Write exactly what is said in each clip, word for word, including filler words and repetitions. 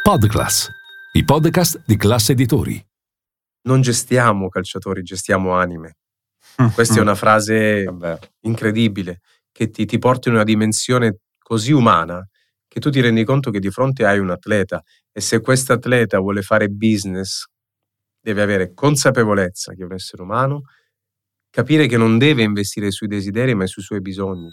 Podclass, i podcast di Classe Editori. Non gestiamo calciatori, gestiamo anime. Questa è una frase incredibile che ti, ti porta in una dimensione così umana che tu ti rendi conto che di fronte hai un atleta e se questo atleta vuole fare business deve avere consapevolezza che è un essere umano, capire che non deve investire sui desideri ma sui suoi bisogni.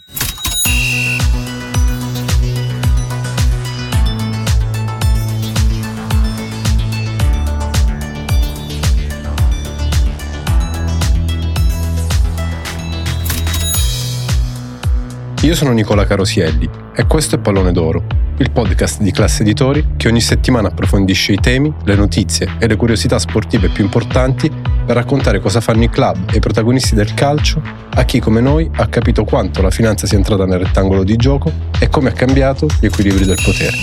Io sono Nicola Carosielli e questo è Pallone d'Oro, il podcast di Classe Editori che ogni settimana approfondisce i temi, le notizie e le curiosità sportive più importanti per raccontare cosa fanno i club e i protagonisti del calcio a chi come noi ha capito quanto la finanza sia entrata nel rettangolo di gioco e come ha cambiato gli equilibri del potere.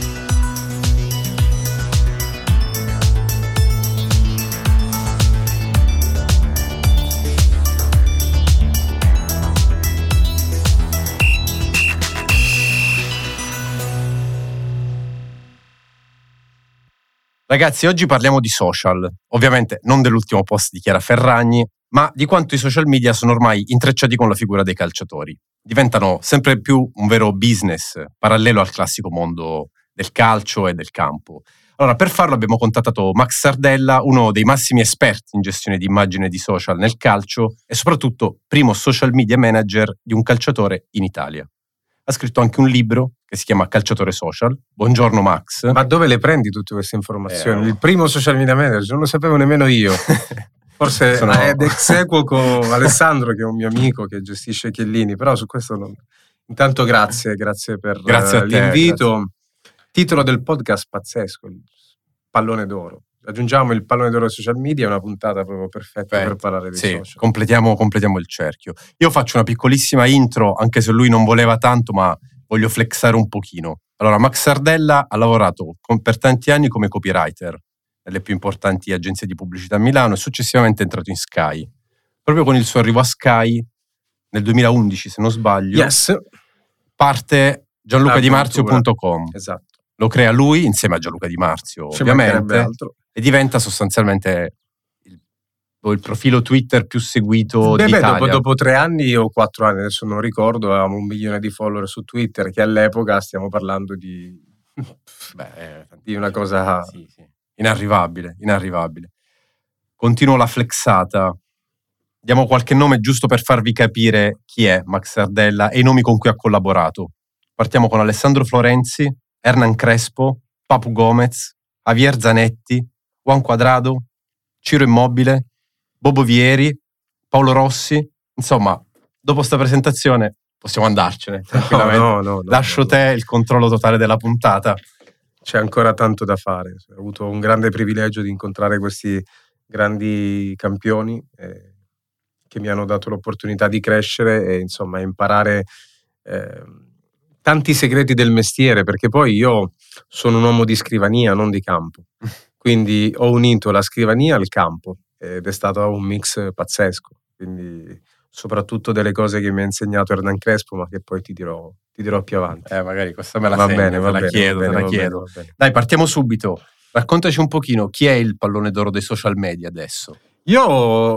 Ragazzi, oggi parliamo di social, ovviamente non dell'ultimo post di Chiara Ferragni, ma di quanto i social media sono ormai intrecciati con la figura dei calciatori. Diventano sempre più un vero business, parallelo al classico mondo del calcio e del campo. Allora, per farlo abbiamo contattato Max Sardella, uno dei massimi esperti in gestione di immagine e di social nel calcio e soprattutto primo social media manager di un calciatore in Italia. Ha scritto anche un libro che si chiama Calciatore Social. Buongiorno Max. Ma dove le prendi tutte queste informazioni? Eh, Il primo social media manager, non lo sapevo nemmeno io. Forse sono... è ex equo con Alessandro, che è un mio amico che gestisce Chiellini, però su questo non... Intanto grazie, grazie per grazie a te, l'invito. grazie. Titolo del podcast pazzesco, il Pallone d'Oro. Aggiungiamo il Pallone d'Oro ai social media, è una puntata proprio perfetta Beh, per parlare di sì, social. Completiamo, completiamo il cerchio. Io faccio una piccolissima intro, anche se lui non voleva tanto, ma voglio flexare un pochino. Allora, Max Sardella ha lavorato con, per tanti anni come copywriter nelle più importanti agenzie di pubblicità a Milano e successivamente è entrato in Sky. Proprio con il suo arrivo a Sky, nel duemilaundici se non sbaglio, yes. parte gianluca di marzio punto com. Esatto. Lo crea lui insieme a Gianluca Di Marzio, Ci ovviamente, altro. E diventa sostanzialmente il, il profilo Twitter più seguito beh, d'Italia. Beh, dopo, dopo tre anni o quattro anni, adesso non ricordo, avevamo un milione di follower su Twitter, che all'epoca stiamo parlando di, beh, di una cosa... Sì, sì. Inarrivabile, inarrivabile. Continuo la flexata. Diamo qualche nome giusto per farvi capire chi è Max Sardella e i nomi con cui ha collaborato. Partiamo con Alessandro Florenzi, Hernan Crespo, Papu Gomez, Javier Zanetti, Juan Cuadrado, Ciro Immobile, Bobo Vieri, Paolo Rossi. Insomma, dopo sta presentazione possiamo andarcene tranquillamente. No, no, no, Lascio no, no. te il controllo totale della puntata. C'è ancora tanto da fare. Ho avuto un grande privilegio di incontrare questi grandi campioni eh, che mi hanno dato l'opportunità di crescere e insomma imparare eh, tanti segreti del mestiere, perché poi io sono un uomo di scrivania, non di campo. Quindi ho unito la scrivania al campo ed è stato un mix pazzesco. Quindi soprattutto delle cose che mi ha insegnato Hernan Crespo, ma che poi ti dirò, ti dirò più avanti. Eh, magari questa me la va segno, bene, va te la bene, chiedo, va bene, te la va chiedo. bene, va bene. Dai, partiamo subito. Raccontaci un pochino chi è il pallone d'oro dei social media adesso. Io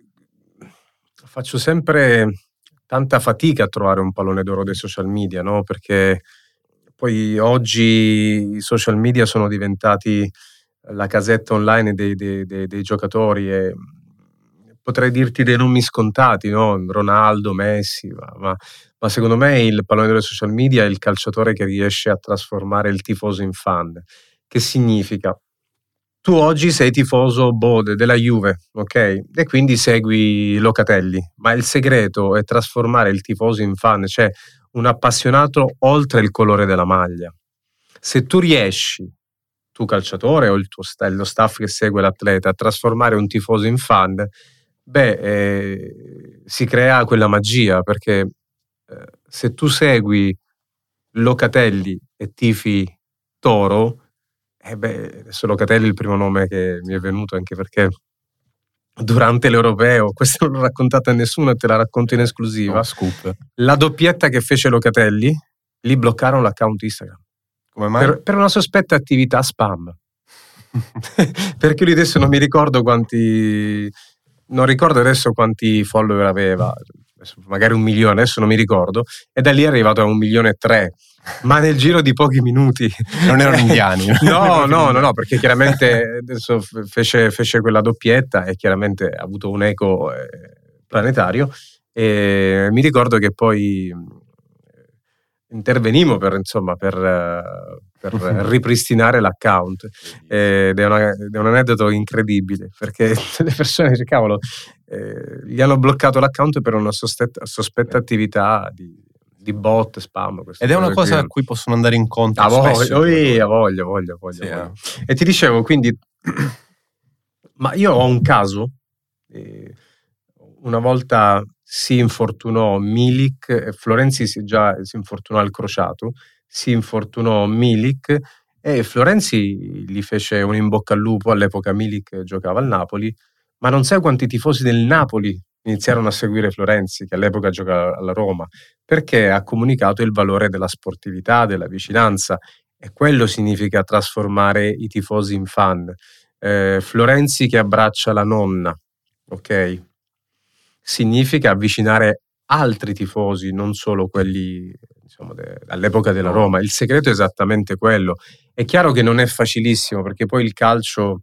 faccio sempre tanta fatica a trovare un pallone d'oro dei social media, no? Perché poi oggi i social media sono diventati la casetta online dei, dei, dei, dei giocatori e potrei dirti dei nomi scontati, no? Ronaldo, Messi, ma, ma, ma secondo me il pallone d'oro dei social media è il calciatore che riesce a trasformare il tifoso in fan. Che significa? Tu oggi sei tifoso Bode della Juve, ok? E quindi segui Locatelli, ma il segreto è trasformare il tifoso in fan, cioè un appassionato oltre il colore della maglia. Se tu riesci, tu calciatore o il tuo st- lo staff che segue l'atleta, a trasformare un tifoso in fan, beh, eh, si crea quella magia, perché eh, se tu segui Locatelli e tifi Toro, Eh beh, adesso Locatelli è il primo nome che mi è venuto, anche perché durante l'Europeo, questo non l'ho raccontato a nessuno e te la racconto in esclusiva, No, scoop. la doppietta che fece Locatelli, li bloccarono l'account Instagram. Come mai? Per, per una sospetta attività spam. Perché lui adesso non mi ricordo quanti, non ricordo adesso quanti follower aveva, magari un milione, adesso non mi ricordo, e da lì è arrivato a un milione e tre, ma nel giro di pochi minuti. Non erano indiani. no, no, no, no, perché chiaramente adesso fece, fece quella doppietta e chiaramente ha avuto un eco eh, planetario, e mi ricordo che poi intervenimo per, insomma, per, per ripristinare l'account, ed è, una, ed è un aneddoto incredibile, perché le persone dicono, cavolo, eh, gli hanno bloccato l'account per una sospetta, sospetta attività di, di bot, spam. Ed è una cosa qui a cui possono andare incontro. A voglia, a voglia, voglia, voglia, sì, voglia. Eh. E ti dicevo, quindi, ma io ho un caso, eh, una volta si infortunò Milik, Florenzi si già si infortunò al crociato, si infortunò Milik e Florenzi gli fece un in bocca al lupo. All'epoca Milik giocava al Napoli, ma non sai quanti tifosi del Napoli iniziarono a seguire Florenzi, che all'epoca giocava alla Roma, perché ha comunicato il valore della sportività, della vicinanza, e quello significa trasformare i tifosi in fan. Eh, Florenzi che abbraccia la nonna, ok? Significa avvicinare altri tifosi, non solo quelli, diciamo, de, all'epoca della Roma. Il segreto è esattamente quello. È chiaro che non è facilissimo, perché poi il calcio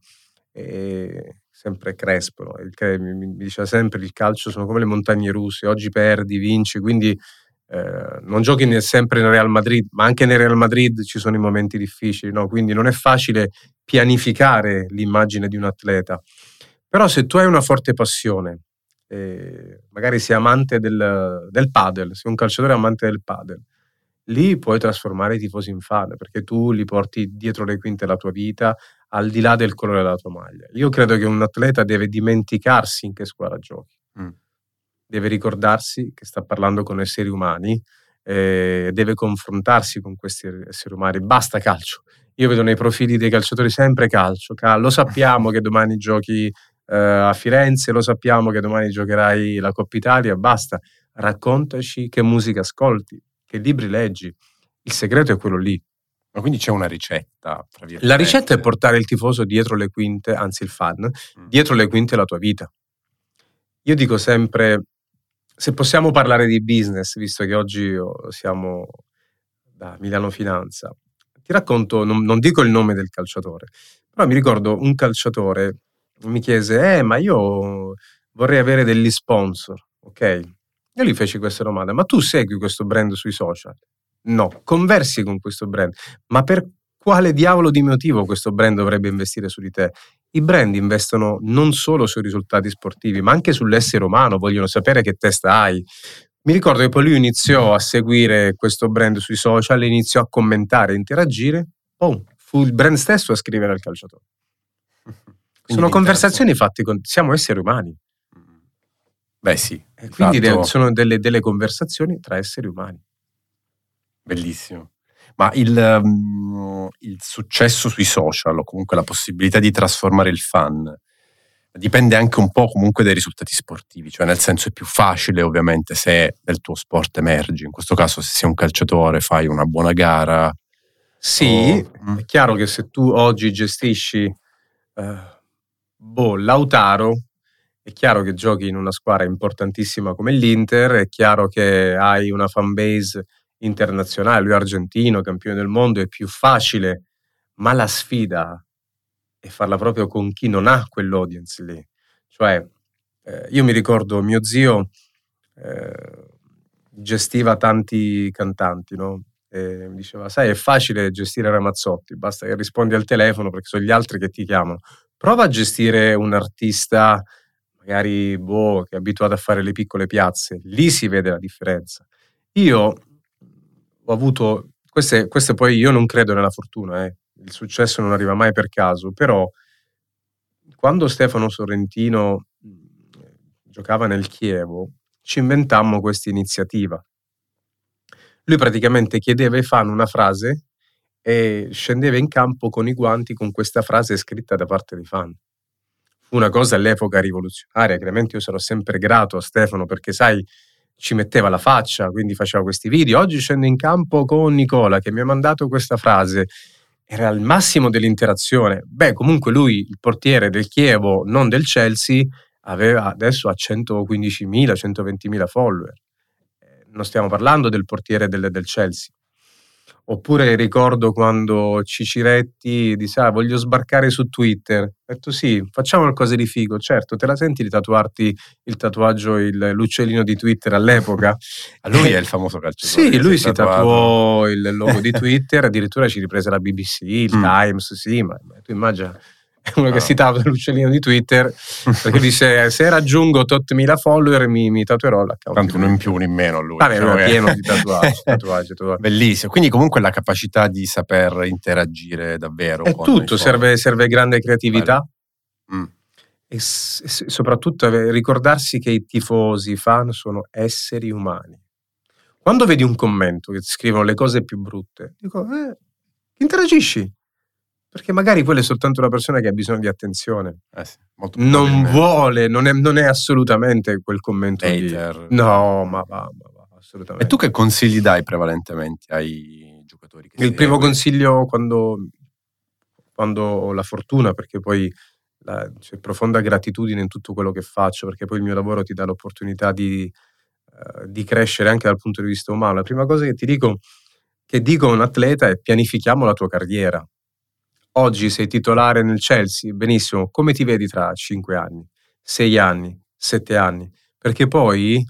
è sempre crespo, no? Il, mi, mi diceva sempre, il calcio sono come le montagne russe, oggi perdi, vinci, quindi eh, non giochi ne, sempre nel Real Madrid, ma anche nel Real Madrid ci sono i momenti difficili, no? Quindi non è facile pianificare l'immagine di un atleta. Però se tu hai una forte passione, Eh, magari sei amante del, del padel, sei un calciatore amante del padel, lì puoi trasformare i tifosi in fan, perché tu li porti dietro le quinte la tua vita, al di là del colore della tua maglia. Io credo che un atleta deve dimenticarsi in che squadra giochi, mm. deve ricordarsi che sta parlando con esseri umani, eh, deve confrontarsi con questi esseri umani. Basta calcio. Io vedo nei profili dei calciatori sempre calcio, cal- lo sappiamo che domani giochi a Firenze, lo sappiamo che domani giocherai la Coppa Italia, basta, raccontaci che musica ascolti, che libri leggi. Il segreto è quello lì. Ma quindi c'è una ricetta? La ricetta è portare il tifoso dietro le quinte, anzi il fan, mm. dietro le quinte la tua vita. Io dico sempre, se possiamo parlare di business, visto che oggi siamo da Milano Finanza, ti racconto, non, non dico il nome del calciatore, però mi ricordo un calciatore mi chiese, eh, ma io vorrei avere degli sponsor, ok? Io gli feci questa domanda, ma tu segui questo brand sui social? No, conversi con questo brand, ma per quale diavolo di motivo questo brand dovrebbe investire su di te? I brand investono non solo sui risultati sportivi, ma anche sull'essere umano, vogliono sapere che testa hai. Mi ricordo che poi lui iniziò a seguire questo brand sui social, iniziò a commentare, a interagire, oh, fu il brand stesso a scrivere al calciatore. Sono conversazioni fatte con... Siamo esseri umani. Beh sì. E quindi fatto... de- sono delle, delle conversazioni tra esseri umani. Bellissimo. Ma il, um, il successo sui social, o comunque la possibilità di trasformare il fan, dipende anche un po' comunque dai risultati sportivi. Cioè, nel senso, è più facile ovviamente se nel tuo sport emergi. In questo caso, se sei un calciatore, fai una buona gara. Sì, o... è chiaro che se tu oggi gestisci... Uh, Boh, Lautaro, è chiaro che giochi in una squadra importantissima come l'Inter, è chiaro che hai una fanbase internazionale, lui è argentino, campione del mondo, è più facile, ma la sfida è farla proprio con chi non ha quell'audience lì. Cioè, eh, io mi ricordo mio zio eh, gestiva tanti cantanti, no? E mi diceva, sai, è facile gestire Ramazzotti, basta che rispondi al telefono perché sono gli altri che ti chiamano. Prova a gestire un artista magari boh, che è abituato a fare le piccole piazze, lì si vede la differenza. Io ho avuto, queste, queste poi io non credo nella fortuna, eh. Il successo non arriva mai per caso, però quando Stefano Sorrentino giocava nel Chievo ci inventammo questa iniziativa. Lui praticamente chiedeva ai fan una frase e scendeva in campo con i guanti con questa frase scritta da parte dei fan. Fu una cosa all'epoca rivoluzionaria, chiaramente io sarò sempre grato a Stefano perché sai, ci metteva la faccia, quindi faceva questi video. Oggi scendo in campo con Nicola che mi ha mandato questa frase. Era al massimo dell'interazione. Beh, comunque lui, il portiere del Chievo, non del Chelsea, aveva adesso ha centoquindicimila, centoventimila follower. Non stiamo parlando del portiere del, del Chelsea. Oppure ricordo quando Ciciretti disse ah, voglio sbarcare su Twitter. Ho detto sì, facciamo qualcosa di figo. Certo, te la senti di tatuarti il tatuaggio, il, l'uccellino di Twitter all'epoca? A lui è il famoso calciatore. Sì, lui si tatuato. tatuò il logo di Twitter, addirittura ci riprese la B B C, il mm. Times, sì, ma, ma tu immagina uno ah. che si tatua l'uccellino di Twitter perché dice se raggiungo tot mila follower mi, mi tatuerò l'account. Tanto uno in più, uno in meno lui. Vabbè, cioè, è pieno di tatuaggi, tatuaggi, tatuaggi. Bellissimo, quindi comunque la capacità di saper interagire davvero. È con tutto, serve, serve grande creatività mm. e, s- e soprattutto ricordarsi che i tifosi, i fan sono esseri umani. Quando vedi un commento che ti scrivono le cose più brutte, dico, eh, interagisci. Perché magari quella è soltanto una persona che ha bisogno di attenzione. Eh sì, molto non vuole, non è, non è assolutamente quel commento hater. Di... No, ma va, ma va, assolutamente. E tu che consigli dai prevalentemente ai giocatori? Che Il primo consiglio quando, quando ho la fortuna, perché poi la, c'è profonda gratitudine in tutto quello che faccio, perché poi il mio lavoro ti dà l'opportunità di, uh, di crescere anche dal punto di vista umano. La prima cosa che ti dico, che dico a un atleta è pianifichiamo la tua carriera. Oggi sei titolare nel Chelsea, benissimo, come ti vedi tra cinque anni, sei anni, sette anni? Perché poi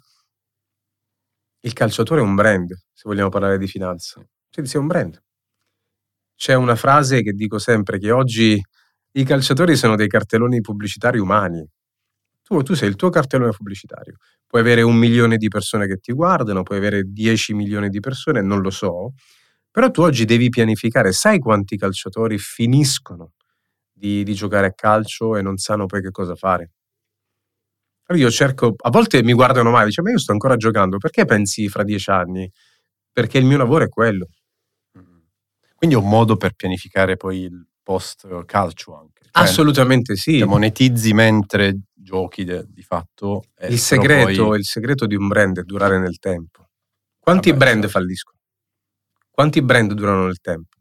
il calciatore è un brand, se vogliamo parlare di finanza. Cioè, sei un brand. C'è una frase che dico sempre, che oggi i calciatori sono dei cartelloni pubblicitari umani. Tu, tu sei il tuo cartellone pubblicitario. Puoi avere un milione di persone che ti guardano, puoi avere dieci milioni di persone, non lo so. Però tu oggi devi pianificare. Sai quanti calciatori finiscono di, di giocare a calcio e non sanno poi che cosa fare? Allora io cerco, a volte mi guardano male, dice ma io sto ancora giocando, perché pensi fra dieci anni? Perché il mio lavoro è quello. Quindi è un modo per pianificare poi il post calcio anche. Cioè, assolutamente sì. Che monetizzi mentre giochi de, di fatto. Il segreto, poi... il segreto di un brand è durare nel tempo. Quanti Vabbè, brand certo. falliscono? Quanti brand durano nel tempo?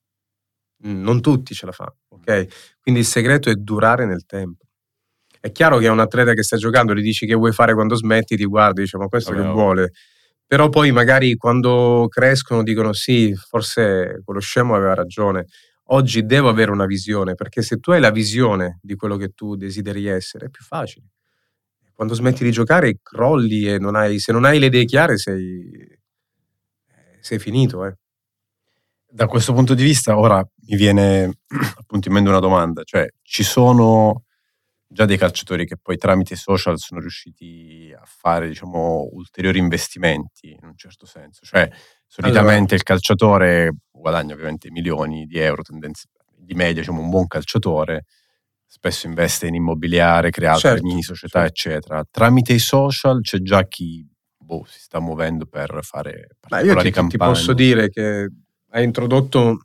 Non tutti ce la fanno, ok? Quindi il segreto è durare nel tempo. È chiaro che a un atleta che sta giocando gli dici che vuoi fare quando smetti, ti guardi e dice ma questo Vabbè, che vuole? Però poi magari quando crescono dicono sì, forse quello scemo aveva ragione. Oggi devo avere una visione, perché se tu hai la visione di quello che tu desideri essere, è più facile. Quando smetti di giocare crolli e non hai, se non hai le idee chiare sei, sei finito, eh. Da questo punto di vista ora mi viene appunto in mente una domanda, cioè ci sono già dei calciatori che poi tramite i social sono riusciti a fare diciamo ulteriori investimenti in un certo senso, cioè solitamente allora, il calciatore guadagna ovviamente milioni di euro, tendenzi- di media diciamo un buon calciatore spesso investe in immobiliare, crea altre certo, mini società certo. eccetera, tramite i social c'è già chi boh, si sta muovendo per fare particolari Ma io ti, campagne. Ti posso dire che ha introdotto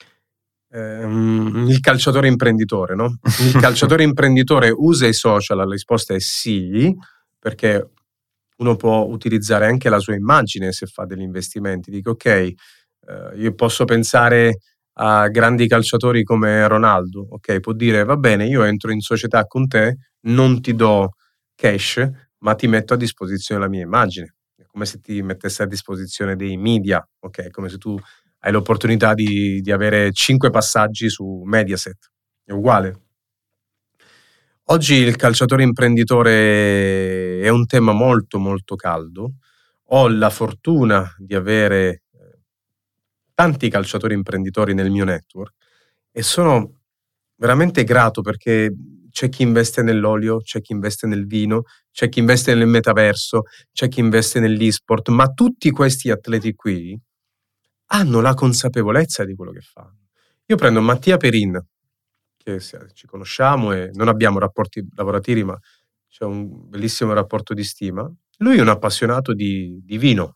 ehm, il calciatore imprenditore, no? Il calciatore imprenditore usa i social, la risposta è sì, perché uno può utilizzare anche la sua immagine se fa degli investimenti. Dico ok, eh, io posso pensare a grandi calciatori come Ronaldo, ok, può dire va bene, io entro in società con te, non ti do cash, ma ti metto a disposizione la mia immagine. È come se ti mettessi a disposizione dei media, ok, come se tu hai l'opportunità di, di avere cinque passaggi su Mediaset, è uguale. Oggi il calciatore imprenditore è un tema molto molto caldo. Ho la fortuna di avere tanti calciatori imprenditori nel mio network e sono veramente grato perché c'è chi investe nell'olio, c'è chi investe nel vino, c'è chi investe nel metaverso, c'è chi investe nell'e-sport, ma tutti questi atleti qui hanno la consapevolezza di quello che fanno. Io prendo Mattia Perin, che ci conosciamo e non abbiamo rapporti lavorativi, ma c'è un bellissimo rapporto di stima. Lui è un appassionato di, di vino.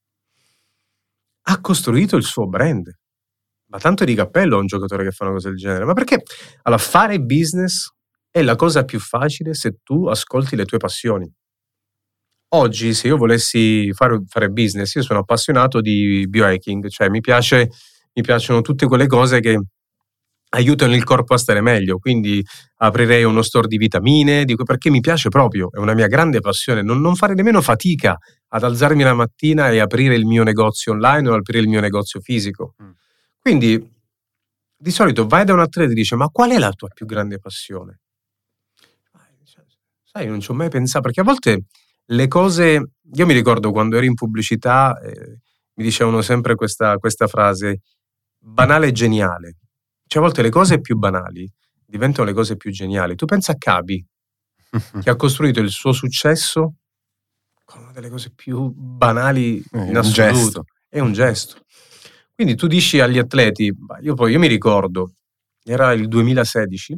Ha costruito il suo brand. Ma tanto di cappello a un giocatore che fa una cosa del genere. Ma perché? Allora, fare business è la cosa più facile se tu ascolti le tue passioni. Oggi, se io volessi fare, fare business, io sono appassionato di biohacking, cioè mi piace, mi piacciono tutte quelle cose che aiutano il corpo a stare meglio, quindi aprirei uno store di vitamine, dico, perché mi piace proprio, è una mia grande passione, non, non fare nemmeno fatica ad alzarmi la mattina e aprire il mio negozio online o aprire il mio negozio fisico. Mm. Quindi di solito vai da un atleta e dice: ma qual è la tua più grande passione? Sai, non ci ho mai pensato, perché a volte le cose, io mi ricordo quando ero in pubblicità, eh, mi dicevano sempre questa, questa frase, banale e geniale. Cioè a volte le cose più banali diventano le cose più geniali. Tu pensa a Cabi, che ha costruito il suo successo con una delle cose più banali in assoluto. Gesto. È un gesto. Quindi tu dici agli atleti, io poi io mi ricordo, era il duemilasedici,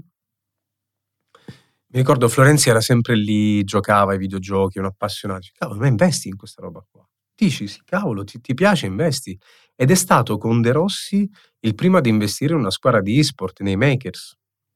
mi ricordo Florenzi era sempre lì, giocava ai videogiochi, un appassionato. Cavolo, ma investi in questa roba qua. Dici, sì, cavolo, ti, ti piace, investi. Ed è stato con De Rossi il primo ad investire in una squadra di e-sport nei Makers.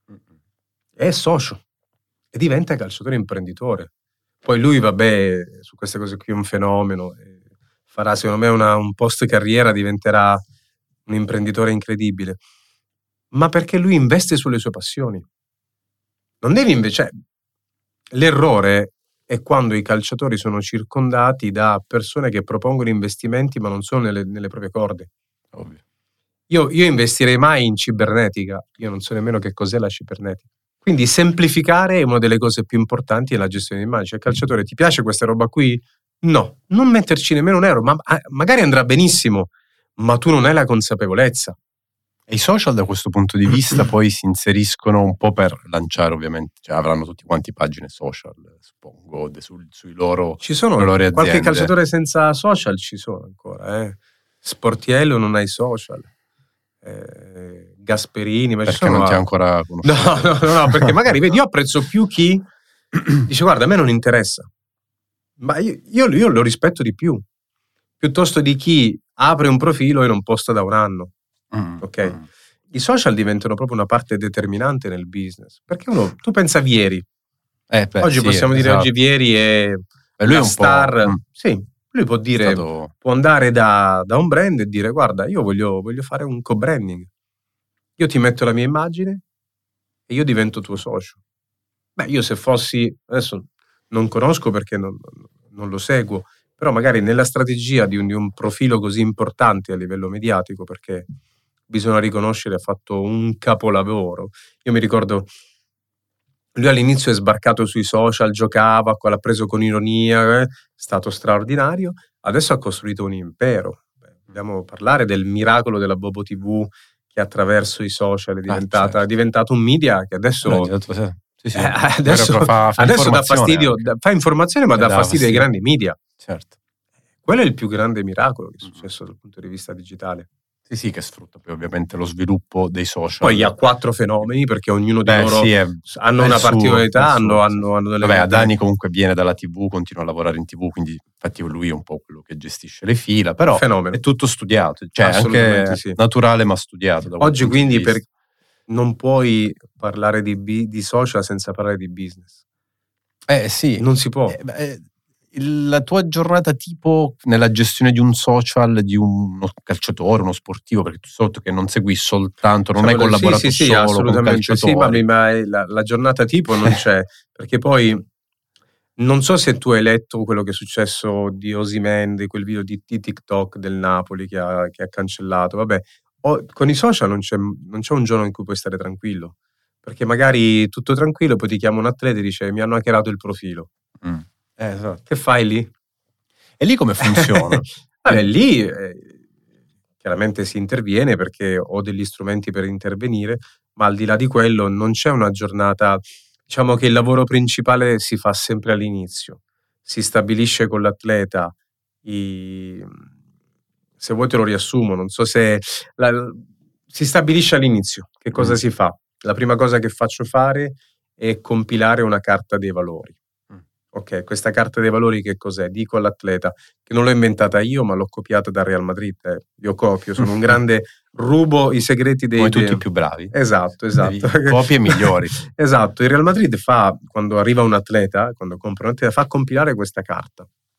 È socio e diventa calciatore imprenditore. Poi lui, vabbè, su queste cose qui è un fenomeno. Farà, secondo me, una, un post carriera, diventerà un imprenditore incredibile. Ma perché lui investe sulle sue passioni. Non devi invece... L'errore è quando i calciatori sono circondati da persone che propongono investimenti ma non sono nelle, nelle proprie corde. Ovvio. Io, io investirei mai in cibernetica, io non so nemmeno che cos'è la cibernetica. Quindi semplificare è una delle cose più importanti nella gestione di immagine. Cioè, calciatore, ti piace questa roba qui? No, non metterci nemmeno un euro, ma magari andrà benissimo, ma tu non hai la consapevolezza. E i social da questo punto di vista poi si inseriscono un po' per lanciare, ovviamente, cioè avranno tutti quanti pagine social, suppongo, su, sui loro ci sono loro aziende. Qualche calciatore senza social ci sono ancora, eh. Sportiello non ha i social, eh, Gasperini, ma perché ci sono, non ti ha ancora conosciuto? No, no, no, no, perché magari vedi, io apprezzo più chi dice guarda, a me non interessa, ma io, io, io lo rispetto di più, piuttosto di chi apre un profilo e non posta da un anno. Mm, ok, mm. I social diventano proprio una parte determinante nel business, perché uno, tu pensa a Vieri, eh, beh, oggi sì, possiamo esatto. dire oggi Vieri è lui una è un star, po'... sì, lui può dire, stato... può andare da, da un brand e dire guarda, io voglio, voglio fare un co-branding, io ti metto la mia immagine e io divento tuo socio. Beh, io se fossi, adesso non conosco perché non, non lo seguo, però magari nella strategia di un, di un profilo così importante a livello mediatico, perché bisogna riconoscere ha fatto un capolavoro. Io mi ricordo, lui all'inizio è sbarcato sui social, giocava, l'ha preso con ironia, è stato straordinario, adesso ha costruito un impero. Dobbiamo parlare del miracolo della Bobo tivù, che attraverso i social è diventata, ah, certo. è diventato un media che adesso... No, detto, sì. Sì, sì. Eh, adesso fa, fa adesso dà fastidio, da, fa informazione ma dà fastidio, fastidio ai grandi media. Certo. Quello è il più grande miracolo che è successo dal punto di vista digitale. Sì, sì, che sfrutta poi ovviamente lo sviluppo dei social. Poi ha quattro fenomeni, perché ognuno di Beh, loro sì, è, hanno è una suo, particolarità, hanno, suo, hanno, hanno delle... Vabbè, Adani comunque viene dalla tivù, continua a lavorare in tivù, quindi infatti lui è un po' quello che gestisce le fila, però fenomeno. È tutto studiato, cioè anche sì. naturale ma studiato. Da oggi quindi per... non puoi parlare di, bi- di social senza parlare di business. Eh sì. Non si può. Eh, beh, la tua giornata tipo nella gestione di un social, di uno calciatore, uno sportivo, perché tu sotto che non segui soltanto, non cioè, hai collaborato sì, sì, solo sì, con calciatori. Sì, ma, ma la, la giornata tipo non c'è, perché poi non so se tu hai letto quello che è successo di Osimhen, di quel video di, di TikTok del Napoli che ha, che ha cancellato, vabbè. O, con i social non c'è, non c'è un giorno in cui puoi stare tranquillo, perché magari tutto tranquillo, poi ti chiama un atleta e dice mi hanno hackerato il profilo. Mm. Eh, esatto. Che fai lì? E lì come funziona? Vabbè, lì eh, chiaramente si interviene perché ho degli strumenti per intervenire, ma al di là di quello non c'è una giornata, diciamo che il lavoro principale si fa sempre all'inizio, si stabilisce con l'atleta i... se vuoi te lo riassumo, non so se la, si stabilisce all'inizio che cosa mm. si fa. La prima cosa che faccio fare è compilare una carta dei valori. Mm. Ok, questa carta dei valori che cos'è? Dico all'atleta che non l'ho inventata io, ma l'ho copiata dal Real Madrid. Eh. Io copio, sono un grande, rubo i segreti dei... Come tutti i più bravi. Esatto, esatto. Copie migliori. Esatto, il Real Madrid fa, quando arriva un atleta, quando compra un atleta, fa compilare questa carta.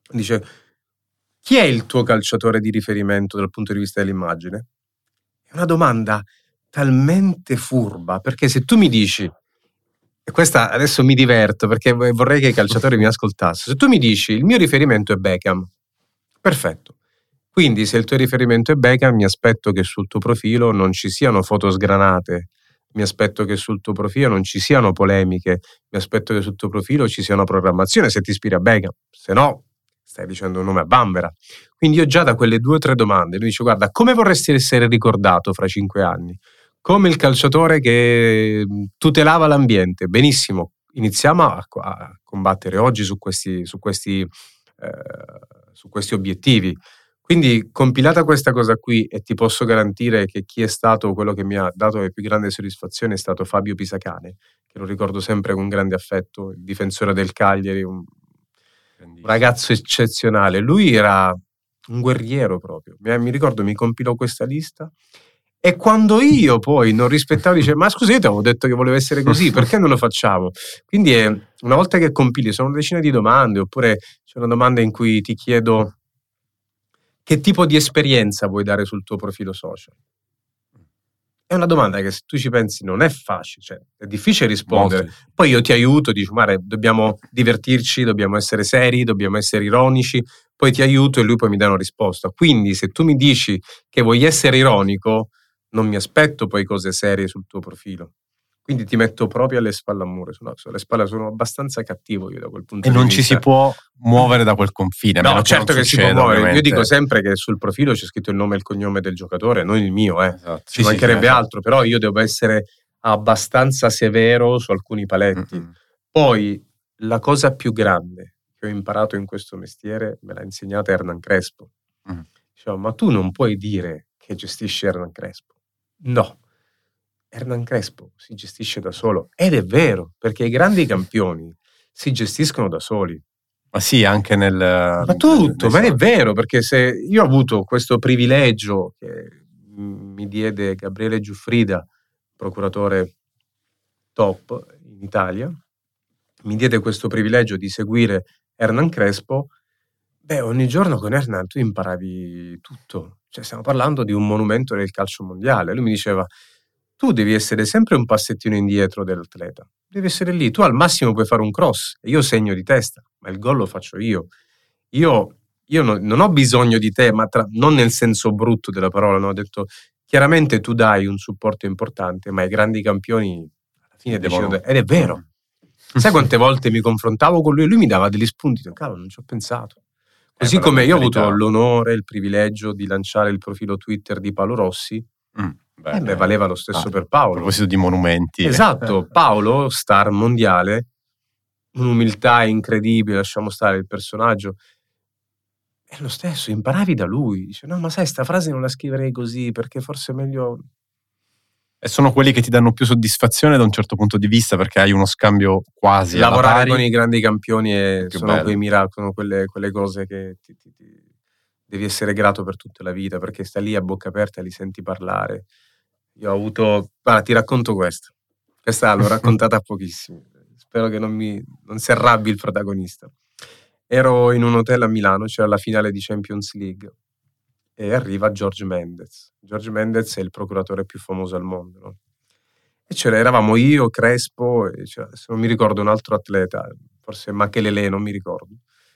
Dice: chi è il tuo calciatore di riferimento dal punto di vista dell'immagine? È una domanda talmente furba, perché se tu mi dici, e questa adesso mi diverto perché vorrei che i calciatori mi ascoltassero, se tu mi dici il mio riferimento è Beckham, perfetto, quindi se il tuo riferimento è Beckham mi aspetto che sul tuo profilo non ci siano foto sgranate, mi aspetto che sul tuo profilo non ci siano polemiche, mi aspetto che sul tuo profilo ci sia una programmazione se ti ispiri a Beckham, se no stai dicendo un nome a bambera. Quindi io già da quelle due o tre domande lui dice: guarda, come vorresti essere ricordato fra cinque anni? Come il calciatore che tutelava l'ambiente. Benissimo, iniziamo a, a combattere oggi su questi, su questi, eh, su questi obiettivi. Quindi compilata questa cosa qui, e ti posso garantire che chi è stato quello che mi ha dato le più grandi soddisfazioni è stato Fabio Pisacane, che lo ricordo sempre con grande affetto, il difensore del Cagliari, un ragazzo eccezionale. Lui era un guerriero proprio. Mi, mi ricordo, mi compilò questa lista, e quando io poi non rispettavo, dice: ma scusi, io ti avevo detto che volevo essere così, perché non lo facciamo? Quindi è, una volta che compili, sono una decina di domande, oppure c'è una domanda in cui ti chiedo: che tipo di esperienza vuoi dare sul tuo profilo social? È una domanda che, se tu ci pensi, non è facile, cioè è difficile rispondere. Molto. Poi io ti aiuto, dico: guarda, dobbiamo divertirci, dobbiamo essere seri, dobbiamo essere ironici, poi ti aiuto e lui poi mi dà una risposta. Quindi se tu mi dici che vuoi essere ironico, non mi aspetto poi cose serie sul tuo profilo. Quindi ti metto proprio alle spalle a muro. Sono, sulle spalle sono abbastanza cattivo io da quel punto e di vista. E non ci si può muovere da quel confine. No, certo che, che si può muovere. Ovviamente. Io dico sempre che sul profilo c'è scritto il nome e il cognome del giocatore, non il mio, eh. Esatto. Ci sì, mancherebbe sì, sì, altro, però io devo essere abbastanza severo su alcuni paletti. Mm-hmm. Poi la cosa più grande che ho imparato in questo mestiere me l'ha insegnata Hernan Crespo. Mm-hmm. Diceva: ma tu non puoi dire che gestisci Hernan Crespo. No. Hernan Crespo si gestisce da solo, ed è vero, perché i grandi campioni si gestiscono da soli. Ma sì, anche nel... Ma tutto, ma è vero, perché se io ho avuto questo privilegio che mi diede Gabriele Giuffrida, procuratore top in Italia, mi diede questo privilegio di seguire Hernan Crespo, beh, ogni giorno con Hernan tu imparavi tutto. Cioè, stiamo parlando di un monumento del calcio mondiale. Lui mi diceva: tu devi essere sempre un passettino indietro dell'atleta, devi essere lì, tu al massimo puoi fare un cross e io segno di testa, ma il gol lo faccio io. Io, io no, non ho bisogno di te, ma tra, non nel senso brutto della parola, no? Ho detto: chiaramente tu dai un supporto importante, ma i grandi campioni alla fine decidono, ed è vero. Sai quante volte mi confrontavo con lui e lui mi dava degli spunti, cavolo, non ci ho pensato. Così eh, come io ho avuto l'onore, il privilegio di lanciare il profilo Twitter di Paolo Rossi. Mm. Beh, eh beh, valeva lo stesso ah, per Paolo. A proposito di monumenti. Esatto, Paolo, star mondiale, un'umiltà incredibile, lasciamo stare il personaggio. È lo stesso, imparavi da lui. Dice: no, ma sai, sta frase non la scriverei così, perché forse è meglio... E sono quelli che ti danno più soddisfazione da un certo punto di vista, perché hai uno scambio quasi lavorare alla pari. Con i grandi campioni e sono bello. Quei miracoli, sono quelle, quelle cose che ti, ti, ti, devi essere grato per tutta la vita, perché stai lì a bocca aperta e li senti parlare. Io ho avuto... Guarda, ti racconto questo. Questa l'ho raccontata a pochissimi. Spero che non, mi, non si arrabbi il protagonista. Ero in un hotel a Milano, c'era la finale di Champions League, e arriva George Mendez. George Mendez è il procuratore più famoso al mondo, no? E c'era, eravamo io, Crespo, e se non mi ricordo un altro atleta, forse Makelele, non mi ricordo.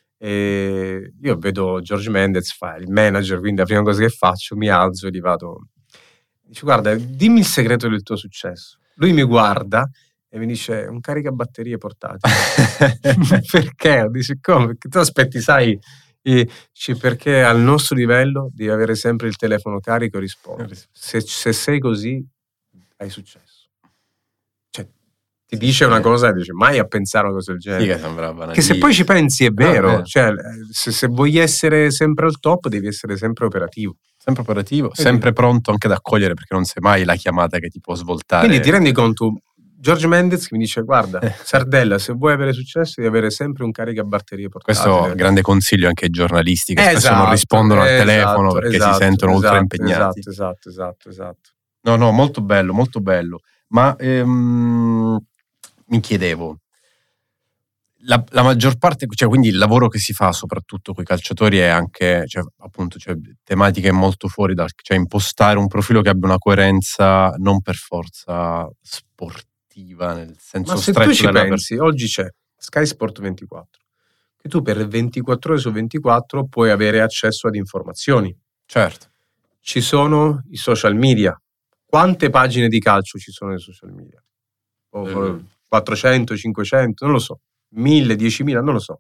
E io vedo George Mendez, fa il manager, quindi la prima cosa che faccio, mi alzo e gli vado... Dice: guarda, dimmi il segreto del tuo successo. Lui mi guarda e mi dice: un caricabatterie portatile. Perché? Dice: come? Perché tu aspetti, sai, e dice: perché al nostro livello devi avere sempre il telefono carico e rispondere. Se, se sei così, hai successo. Cioè, ti sì, dice sì. Una cosa e dice: mai a pensare a una cosa del genere. Sì, che sembrava che se poi ci pensi è vero. No, cioè, se, se vuoi essere sempre al top, devi essere sempre operativo. Sempre operativo, Vedi. sempre pronto anche ad accogliere, perché non sai mai la chiamata che ti può svoltare. Quindi ti rendi conto, George Mendez che mi dice: guarda, Sardella, se vuoi avere successo devi avere sempre un caricabatterie portatile. Questo è un grande consiglio anche ai giornalisti che esatto, spesso non rispondono esatto, al telefono perché esatto, si sentono esatto, ultra impegnati. Esatto, esatto, esatto, esatto. No, no, molto bello, molto bello. Ma ehm, mi chiedevo, La, la maggior parte, cioè quindi il lavoro che si fa soprattutto con i calciatori è anche, cioè, appunto, cioè, tematiche molto fuori dal, cioè impostare un profilo che abbia una coerenza non per forza sportiva nel senso Ma se stretto tu ci della pensi, oggi c'è Sky Sport ventiquattro, che tu per ventiquattro ore su ventiquattro puoi avere accesso ad informazioni. Certo. Ci sono i social media. Quante pagine di calcio ci sono nei social media? Oh, Mm. quattrocento, cinquecento, non lo so. mille, diecimila, non lo so.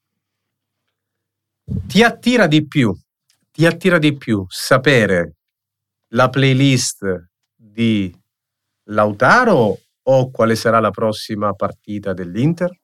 Ti attira di più, ti attira di più sapere la playlist di Lautaro o quale sarà la prossima partita dell'Inter?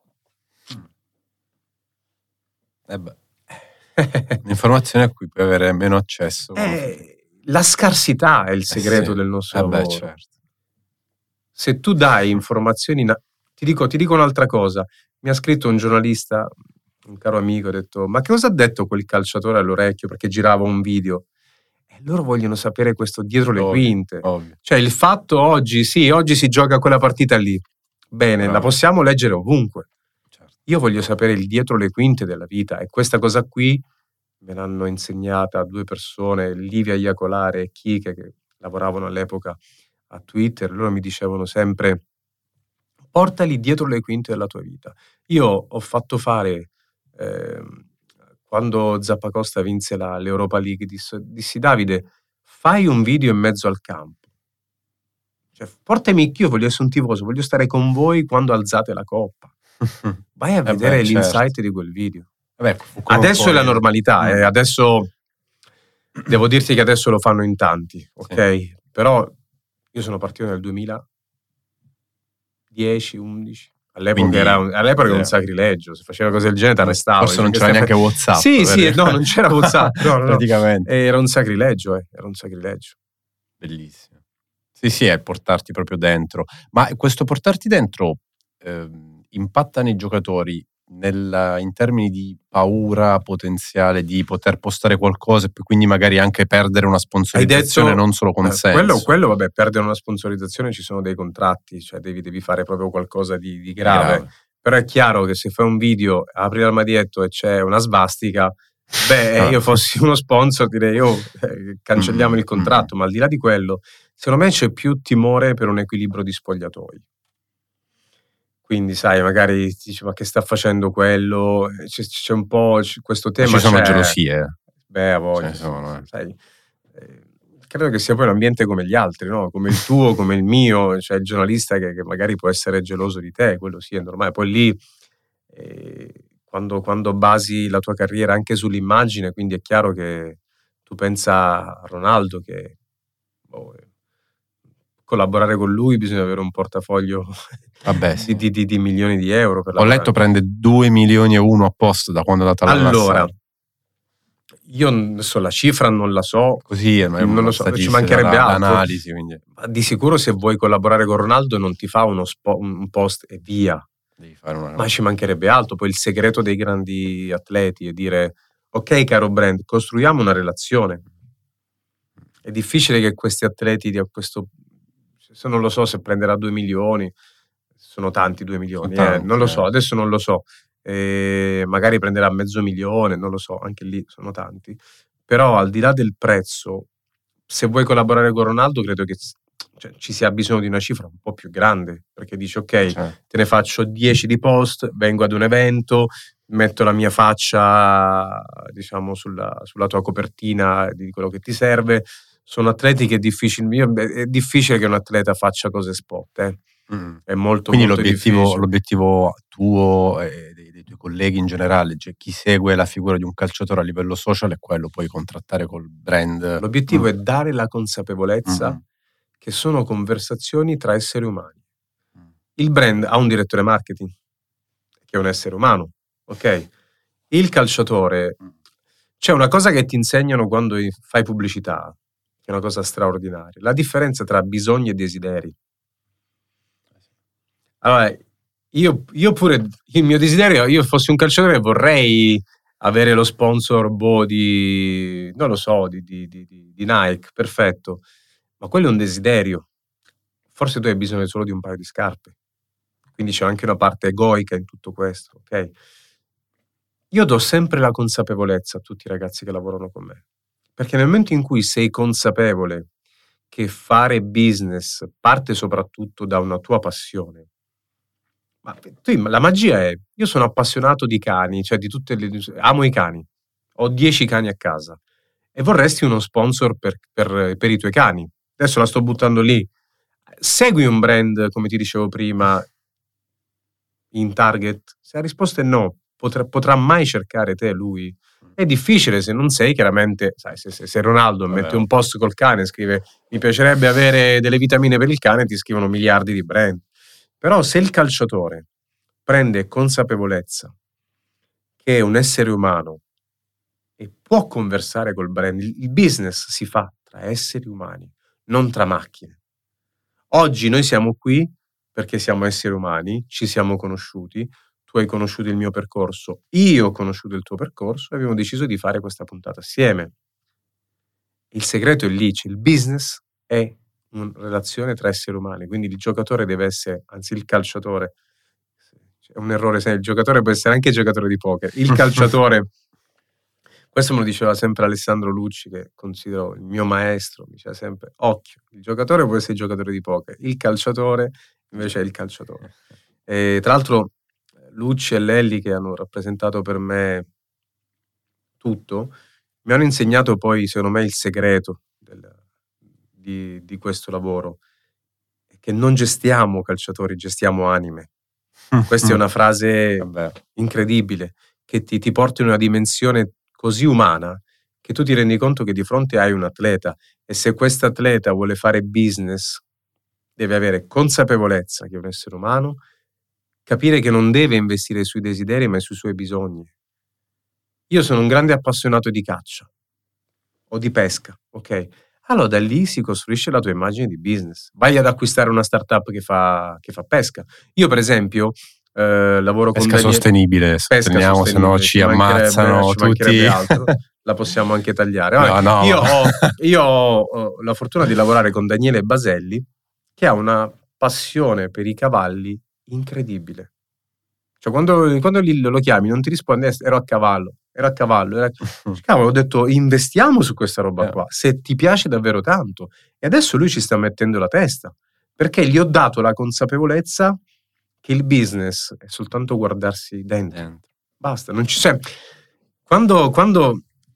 Eh beh. Un'informazione a cui puoi avere meno accesso. Eh, la scarsità è il segreto eh sì. del nostro eh beh, lavoro. certo. Se tu dai informazioni, na- ti dico, ti dico un'altra cosa. Mi ha scritto un giornalista, un caro amico, ha detto: ma che cosa ha detto quel calciatore all'orecchio perché girava un video? E loro vogliono sapere questo dietro le Ovvio, quinte. ovvio. Cioè il fatto oggi, sì, oggi si gioca quella partita lì. Bene, Bravo. la possiamo leggere ovunque. Certo. Io voglio sapere il dietro le quinte della vita e questa cosa qui me l'hanno insegnata due persone, Livia Iacolare e Kike, che lavoravano all'epoca a Twitter. Loro mi dicevano sempre: portali dietro le quinte della tua vita. Io ho fatto fare, eh, quando Zappacosta vinse la, l'Europa League, dissi, dissi Davide, fai un video in mezzo al campo. Cioè, portami, io voglio essere un tifoso, voglio stare con voi quando alzate la coppa. Vai a Eh vedere beh, l'insight certo. di quel video. Vabbè, fu come Adesso poi- è la normalità, Mm. eh, adesso devo dirti che adesso lo fanno in tanti, ok? Però io sono partito nel duemiladieci undici. All'epoca, Quindi, era un, all'epoca era un eh, sacrilegio, se faceva cose del genere ti arrestavano. forse non Dice, c'era che neanche stai WhatsApp. fa- Sì, per sì, dire. no, non c'era WhatsApp, no, no, no. Praticamente. Era un sacrilegio, eh, era un sacrilegio. Bellissimo. Sì, sì, è portarti proprio dentro. Ma questo portarti dentro ehm, impatta nei giocatori nel- in termini di paura potenziale di poter postare qualcosa e poi quindi magari anche perdere una Hai sponsorizzazione detto, non solo eh, consenso. quello, quello, vabbè, perdere una sponsorizzazione, ci sono dei contratti, cioè devi, devi fare proprio qualcosa di, di grave. Grave. Però è chiaro che se fai un video, apri l'armadietto e c'è una svastica, beh, Ah. io fossi uno sponsor direi, oh, eh, cancelliamo Mm, il contratto, ma al di là di quello, secondo me c'è più timore per un equilibrio di spogliatoi. Quindi, sai, magari ti dici, ma che sta facendo quello? Eh, C'è, c'è un po' c- questo Ma tema. ci sono c'è. gelosie. Beh, a voglia, Ce ne sono, eh. sai, eh, credo che sia poi un ambiente come gli altri, no? Come il tuo, come il mio, cioè il giornalista che, che magari può essere geloso di te, quello sì è normale. Poi lì, eh, quando, quando basi la tua carriera anche sull'immagine, quindi è chiaro che tu pensa a Ronaldo che boh, eh, collaborare con lui bisogna avere un portafoglio Vabbè, di, sì. di- di- di milioni di euro per Ho letto lavorare. prende due milioni e uno a posto da quando è andata alla Allora, Nassau. io adesso la cifra non la so, Così è, ma è non una lo so, ci statistica, mancherebbe la- altro. l'analisi, quindi Ma di sicuro se vuoi collaborare con Ronaldo non ti fa uno spo- un post e via, devi fare una ma ci mancherebbe altro. Poi il segreto dei grandi atleti è dire: ok caro brand, costruiamo una relazione. È difficile che questi atleti di questo, se non lo so se prenderà due milioni, sono tanti due milioni, Sono eh, tanti, non lo eh. so, adesso non lo so, eh, magari prenderà mezzo milione, non lo so, anche lì sono tanti. Però al di là del prezzo, se vuoi collaborare con Ronaldo, credo che cioè, ci sia bisogno di una cifra un po' più grande, perché dici ok, Cioè, te ne faccio dieci di post, vengo ad un evento, metto la mia faccia, diciamo, sulla, sulla tua copertina di quello che ti serve. Sono atleti che è difficile, io- è difficile che un atleta faccia cose spot, eh. mm. È molto, Quindi molto l'obiettivo, difficile. l'obiettivo tuo e dei, dei tuoi colleghi in generale, cioè chi segue la figura di un calciatore a livello social è quello, poi contrattare col brand. L'obiettivo Mm. è dare la consapevolezza Mm. che sono conversazioni tra esseri umani. Mm. Il brand ha un direttore marketing, che è un essere umano, ok? Il calciatore, c'è una cosa che ti insegnano quando fai pubblicità, che è una cosa straordinaria, la differenza tra bisogni e desideri. Allora, io, io pure, il mio desiderio, io fossi un calciatore vorrei avere lo sponsor boh, di, non lo so, di, di, di, di Nike, perfetto, ma quello è un desiderio. Forse tu hai bisogno solo di un paio di scarpe. quindi c'è anche una parte egoica in tutto questo, ok? Io do sempre la consapevolezza a tutti i ragazzi che lavorano con me, perché nel momento in cui sei consapevole che fare business parte soprattutto da una tua passione, ma tu, la magia è, io sono appassionato di cani, cioè di tutte le, amo i cani, ho dieci cani a casa e vorresti uno sponsor per, per, per i tuoi cani, adesso la sto buttando lì, segui un brand come ti dicevo prima in target? Se la risposta è no, potrà, potrà mai cercare te lui? È difficile se non sei, chiaramente, sai, se, se, se Ronaldo Vabbè. mette un post col cane, scrive mi piacerebbe avere delle vitamine per il cane, ti scrivono miliardi di brand. Però se il calciatore prende consapevolezza che è un essere umano e può conversare col brand, il business si fa tra esseri umani, non tra macchine. Oggi noi siamo qui perché siamo esseri umani, ci siamo conosciuti, tu hai conosciuto il mio percorso, io ho conosciuto il tuo percorso e abbiamo deciso di fare questa puntata assieme. Il segreto è lì, il business è una relazione tra esseri umani, quindi il giocatore deve essere, anzi il calciatore, è un errore, se il giocatore può essere anche giocatore di poker, il calciatore, questo me lo diceva sempre Alessandro Lucci, che considero il mio maestro, mi diceva sempre, occhio, il giocatore può essere giocatore di poker, il calciatore invece è il calciatore. E, tra l'altro Lucci e Lelli, che hanno rappresentato per me tutto, mi hanno insegnato poi, secondo me, il segreto del, di, di questo lavoro, che non gestiamo calciatori, gestiamo anime. Questa è una frase Vabbè. incredibile, che ti, ti porta in una dimensione così umana che tu ti rendi conto che di fronte hai un atleta, e se questo atleta vuole fare business deve avere consapevolezza che è un essere umano, capire che non deve investire sui desideri ma sui suoi bisogni. Io sono un grande appassionato di caccia o di pesca, ok? Allora da lì si costruisce la tua immagine di business. Vai ad acquistare una startup che fa, che fa pesca. Io per esempio eh, lavoro pesca con Daniele... sostenibile, sosteniamo, se no ci ammazzano ci tutti. Altro. La possiamo anche tagliare. No, no. Io, ho, io ho, ho la fortuna di lavorare con Daniele Baselli, che ha una passione per i cavalli incredibile. Cioè quando, quando lo chiami non ti risponde, ero a cavallo, ero a cavallo. Era... Cavolo, ho detto investiamo su questa roba qua, se ti piace davvero tanto. E adesso lui ci sta mettendo la testa, perché gli ho dato la consapevolezza che il business è soltanto guardarsi dentro. dentro. Basta, non ci c'è. Quando, quando,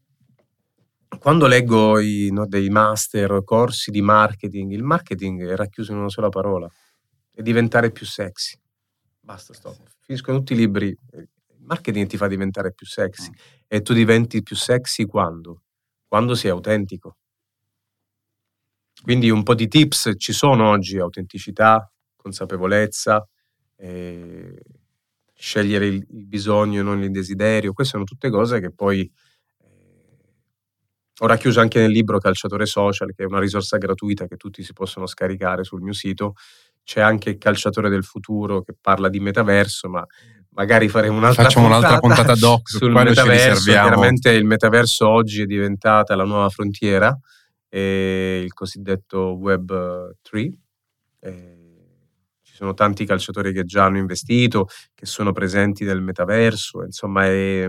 quando leggo i, no, dei master, corsi di marketing, il marketing è racchiuso in una sola parola, è diventare più sexy. Basta, stop. Finiscono tutti i libri. Il marketing ti fa diventare più sexy. Mm. E tu diventi più sexy quando? Quando sei autentico. Quindi un po' di tips ci sono oggi: autenticità, consapevolezza, eh, scegliere il, il bisogno e non il desiderio. Queste sono tutte cose che poi eh, ho racchiuso anche nel libro Calciatore Social, che è una risorsa gratuita che tutti si possono scaricare sul mio sito. C'è anche il Calciatore del Futuro, che parla di metaverso, ma magari faremo un'altra Facciamo puntata un'altra puntata doc sul metaverso. Chiaramente il metaverso oggi è diventata la nuova frontiera, e il cosiddetto web tre. E ci sono tanti calciatori che già hanno investito, che sono presenti nel metaverso, insomma è...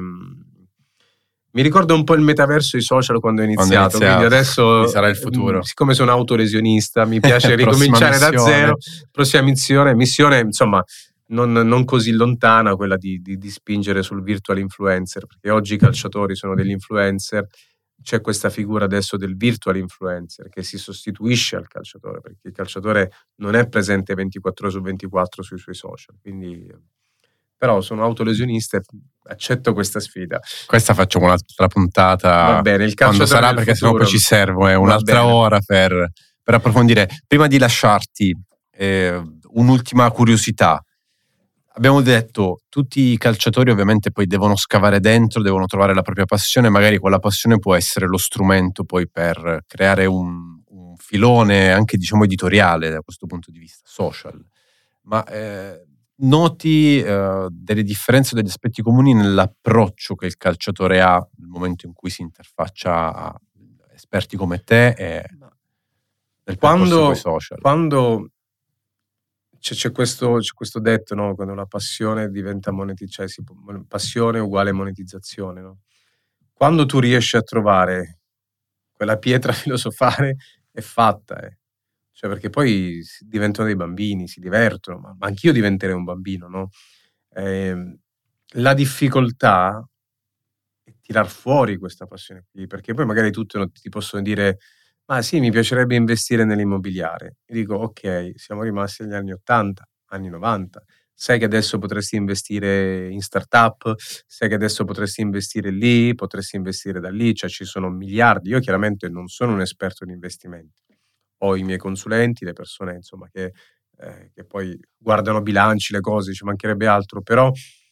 Mi ricordo un po' il metaverso e i social quando ho iniziato, quando iniziato. Quindi adesso sarà il futuro. Siccome sono autolesionista, mi piace ricominciare da zero. Prossima missione, missione insomma non, non così lontana, quella di, di, di spingere sul virtual influencer, perché oggi i calciatori sono degli influencer. C'è questa figura adesso del virtual influencer che si sostituisce al calciatore, perché il calciatore non è presente ventiquattro ore su ventiquattro sui suoi social, quindi... Però sono autolesionista e accetto questa sfida. Questa facciamo un'altra puntata. Va bene, il quando sarà, perché sennò poi ci serve un'altra ora per, per approfondire. Prima di lasciarti, eh, un'ultima curiosità. Abbiamo detto, tutti i calciatori ovviamente poi devono scavare dentro, devono trovare la propria passione, magari quella passione può essere lo strumento poi per creare un, un filone anche, diciamo, editoriale da questo punto di vista, social. Ma... Eh, noti eh, delle differenze, degli aspetti comuni nell'approccio che il calciatore ha nel momento in cui si interfaccia a esperti come te e nel quando, social? Quando c'è, c'è, questo, c'è questo detto, no? Quando la passione diventa monetizzazione, cioè, passione uguale monetizzazione, no? Quando tu riesci a trovare quella pietra filosofale è fatta, eh. Cioè, perché poi diventano dei bambini, si divertono, ma, ma anch'io diventerei un bambino, no? Eh, la difficoltà è tirar fuori questa passione qui, perché poi magari tutti ti possono dire ma sì, mi piacerebbe investire nell'immobiliare. Io dico ok, siamo rimasti negli anni ottanta, anni novanta, sai che adesso potresti investire in startup, sai che adesso potresti investire lì, potresti investire da lì, cioè ci sono miliardi. Io chiaramente non sono un esperto di investimenti, ho i miei consulenti, le persone insomma che, eh, che poi guardano bilanci, le cose, ci mancherebbe altro, però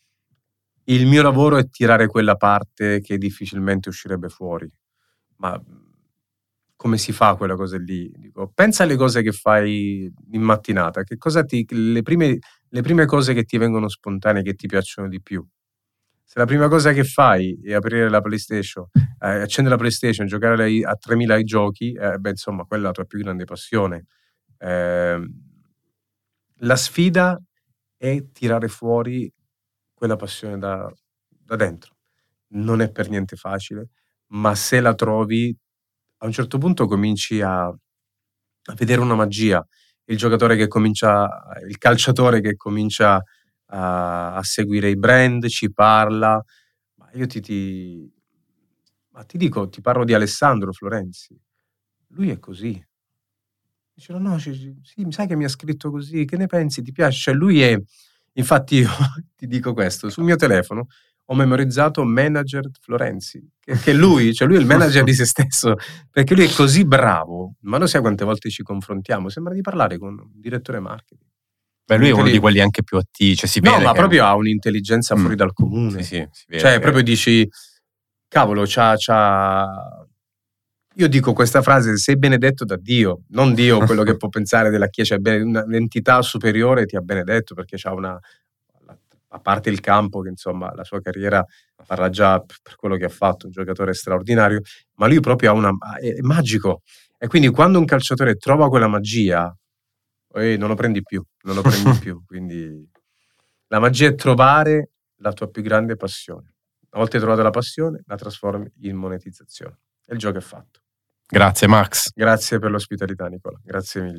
il mio lavoro è tirare quella parte che difficilmente uscirebbe fuori. Ma come si fa quella cosa lì? Dico, pensa alle cose che fai in mattinata, che cosa ti, le, prime, le prime cose che ti vengono spontanee, che ti piacciono di più. Se la prima cosa che fai è aprire la PlayStation, eh, accendere la PlayStation, giocare a tremila giochi, eh, beh, insomma, quella è la tua più grande passione. Eh, la sfida è tirare fuori quella passione da, da dentro. Non è per niente facile, ma se la trovi, a un certo punto cominci a, a vedere una magia. Il giocatore che comincia, il calciatore che comincia a, a seguire i brand, ci parla. Ma io ti, ti, ma ti dico, ti parlo di Alessandro Florenzi. Lui è così. Dice, no, no, sì, mi sai che mi ha scritto così, che ne pensi, ti piace? Cioè lui è, infatti io ti dico questo, sul mio telefono ho memorizzato manager Florenzi, che, che lui, cioè lui è il manager di se stesso, perché lui è così bravo, ma lo sai quante volte ci confrontiamo, sembra di parlare con un direttore marketing. Beh, lui è uno di quelli anche più attivi, cioè si vede. No, ma che... proprio ha un'intelligenza mm. fuori dal comune. Sì, sì, si vede cioè che... proprio dici, cavolo, c'ha, c'ha... Io dico questa frase, sei benedetto da Dio, non Dio quello che può pensare della Chiesa, cioè un'entità superiore ti ha benedetto perché c'ha una... a parte il campo, che insomma la sua carriera parla già per quello che ha fatto, un giocatore straordinario, ma lui proprio ha una, è, è magico. E quindi quando un calciatore trova quella magia, eh, non lo prendi più, non lo prendi più. Quindi la magia è trovare la tua più grande passione. Una volta hai trovato la passione, la trasformi in monetizzazione. E il gioco è fatto. Grazie Max. Grazie per l'ospitalità Nicola, grazie mille.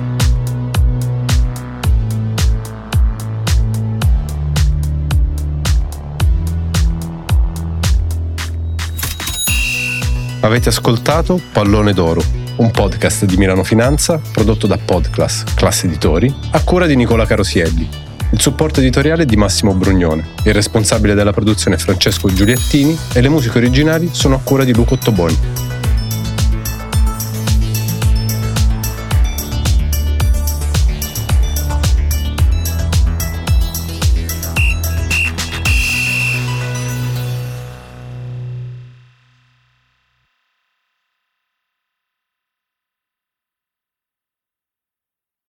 Avete ascoltato Pallone d'Oro, un podcast di Milano Finanza prodotto da Podclass, Class Editori, a cura di Nicola Carosielli. Il supporto editoriale è di Massimo Brugnone, il responsabile della produzione è Francesco Giuliettini e le musiche originali sono a cura di Luca Ottoboni.